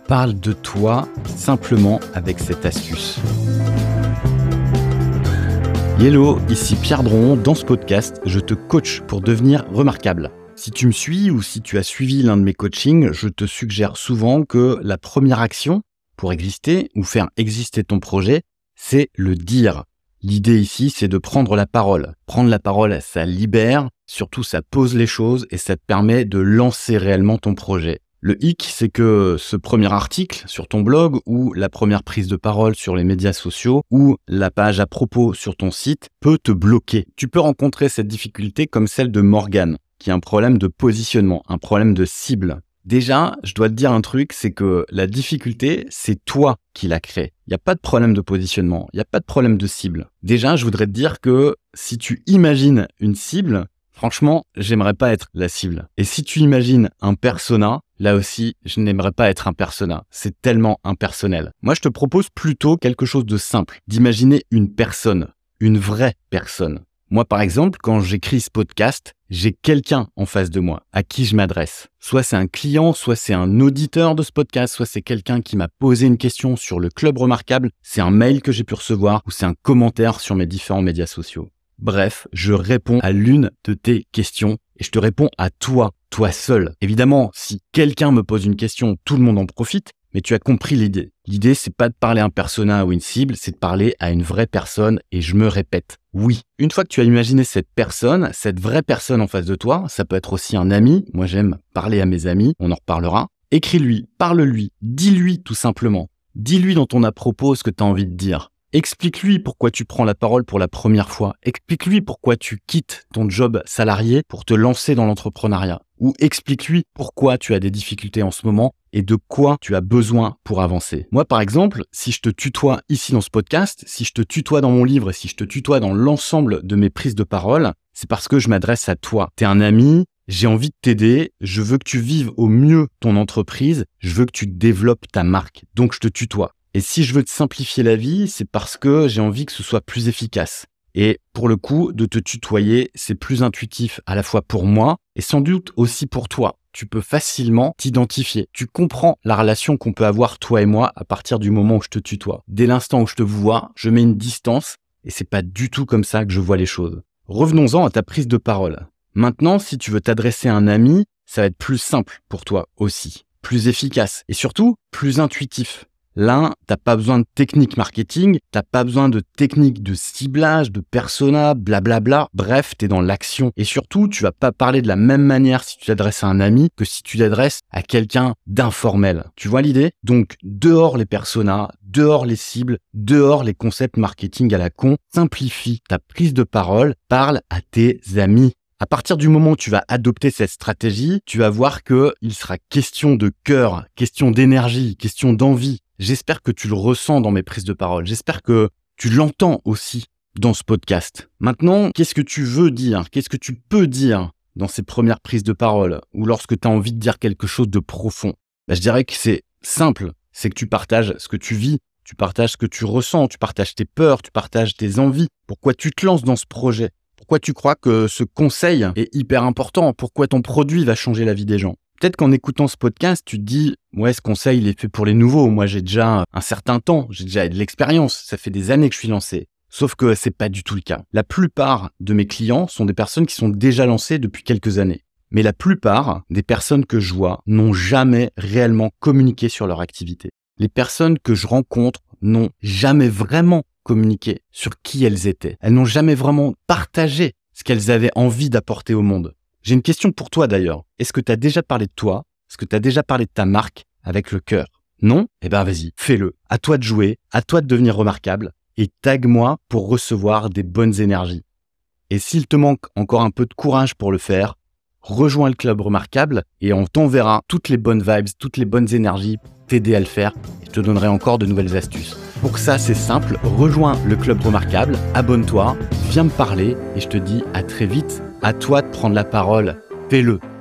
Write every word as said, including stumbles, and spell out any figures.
Parle de toi simplement avec cette astuce. Hello, ici Pierre Dron. Dans ce podcast, je te coach pour devenir remarquable. Si tu me suis ou si tu as suivi l'un de mes coachings, je te suggère souvent que la première action pour exister ou faire exister ton projet, c'est le dire. L'idée ici, c'est de prendre la parole. Prendre la parole, ça libère, surtout ça pose les choses et ça te permet de lancer réellement ton projet. Le hic, c'est que ce premier article sur ton blog ou la première prise de parole sur les médias sociaux ou la page à propos sur ton site peut te bloquer. Tu peux rencontrer cette difficulté comme celle de Morgane, qui a un problème de positionnement, un problème de cible. Déjà, je dois te dire un truc, c'est que la difficulté, c'est toi qui l'as créée. Il n'y a pas de problème de positionnement, il n'y a pas de problème de cible. Déjà, je voudrais te dire que si tu imagines une cible, franchement, j'aimerais pas être la cible. Et si tu imagines un persona, là aussi, je n'aimerais pas être un persona. C'est tellement impersonnel. Moi, je te propose plutôt quelque chose de simple, d'imaginer une personne, une vraie personne. Moi, par exemple, quand j'écris ce podcast, j'ai quelqu'un en face de moi à qui je m'adresse. Soit c'est un client, soit c'est un auditeur de ce podcast, soit c'est quelqu'un qui m'a posé une question sur le Club Remarquable, c'est un mail que j'ai pu recevoir ou c'est un commentaire sur mes différents médias sociaux. Bref, je réponds à l'une de tes questions et je te réponds à toi, toi seul. Évidemment, si quelqu'un me pose une question, tout le monde en profite, mais tu as compris l'idée. L'idée, c'est pas de parler à un persona ou une cible, c'est de parler à une vraie personne et je me répète. Oui, une fois que tu as imaginé cette personne, cette vraie personne en face de toi, ça peut être aussi un ami. Moi, j'aime parler à mes amis, on en reparlera. Écris-lui, parle-lui, dis-lui tout simplement. Dis-lui dans ton à propos ce que tu as envie de dire. Explique-lui pourquoi tu prends la parole pour la première fois. Explique-lui pourquoi tu quittes ton job salarié pour te lancer dans l'entrepreneuriat. Ou explique-lui pourquoi tu as des difficultés en ce moment et de quoi tu as besoin pour avancer. Moi, par exemple, si je te tutoie ici dans ce podcast, si je te tutoie dans mon livre et si je te tutoie dans l'ensemble de mes prises de parole, c'est parce que je m'adresse à toi. T'es un ami, j'ai envie de t'aider, je veux que tu vives au mieux ton entreprise, je veux que tu développes ta marque. Donc, je te tutoie. Et si je veux te simplifier la vie, c'est parce que j'ai envie que ce soit plus efficace. Et pour le coup, de te tutoyer, c'est plus intuitif à la fois pour moi et sans doute aussi pour toi. Tu peux facilement t'identifier. Tu comprends la relation qu'on peut avoir toi et moi à partir du moment où je te tutoie. Dès l'instant où je te vois, je mets une distance et c'est pas du tout comme ça que je vois les choses. Revenons-en à ta prise de parole. Maintenant, si tu veux t'adresser à un ami, ça va être plus simple pour toi aussi, plus efficace et surtout plus intuitif. Là, t'as pas besoin de technique marketing, t'as pas besoin de technique de ciblage, de persona, blablabla. Bref, t'es dans l'action. Et surtout, tu vas pas parler de la même manière si tu t'adresses à un ami que si tu t'adresses à quelqu'un d'informel. Tu vois l'idée? Donc, dehors les personas, dehors les cibles, dehors les concepts marketing à la con. Simplifie ta prise de parole, parle à tes amis. À partir du moment où tu vas adopter cette stratégie, tu vas voir que il sera question de cœur, question d'énergie, question d'envie. J'espère que tu le ressens dans mes prises de parole. J'espère que tu l'entends aussi dans ce podcast. Maintenant, qu'est-ce que tu veux dire? Qu'est-ce que tu peux dire dans ces premières prises de parole ou lorsque tu as envie de dire quelque chose de profond? Ben, je dirais que c'est simple. C'est que tu partages ce que tu vis, tu partages ce que tu ressens, tu partages tes peurs, tu partages tes envies. Pourquoi tu te lances dans ce projet? Pourquoi tu crois que ce conseil est hyper important? Pourquoi ton produit va changer la vie des gens? Peut-être qu'en écoutant ce podcast, tu te dis « Ouais, ce conseil, il est fait pour les nouveaux. Moi, j'ai déjà un certain temps, j'ai déjà de l'expérience. Ça fait des années que je suis lancé. » Sauf que c'est pas du tout le cas. La plupart de mes clients sont des personnes qui sont déjà lancées depuis quelques années. Mais la plupart des personnes que je vois n'ont jamais réellement communiqué sur leur activité. Les personnes que je rencontre n'ont jamais vraiment communiqué sur qui elles étaient. Elles n'ont jamais vraiment partagé ce qu'elles avaient envie d'apporter au monde. J'ai une question pour toi d'ailleurs. Est-ce que tu as déjà parlé de toi? Est-ce que tu as déjà parlé de ta marque avec le cœur? Non? Eh ben vas-y, fais-le. À toi de jouer, à toi de devenir remarquable et tag-moi pour recevoir des bonnes énergies. Et s'il te manque encore un peu de courage pour le faire, rejoins le Club Remarquable et on t'enverra toutes les bonnes vibes, toutes les bonnes énergies pour t'aider à le faire et je te donnerai encore de nouvelles astuces. Pour ça, c'est simple, rejoins le Club Remarquable, abonne-toi, viens me parler et je te dis à très vite. À toi de prendre la parole, fais-le.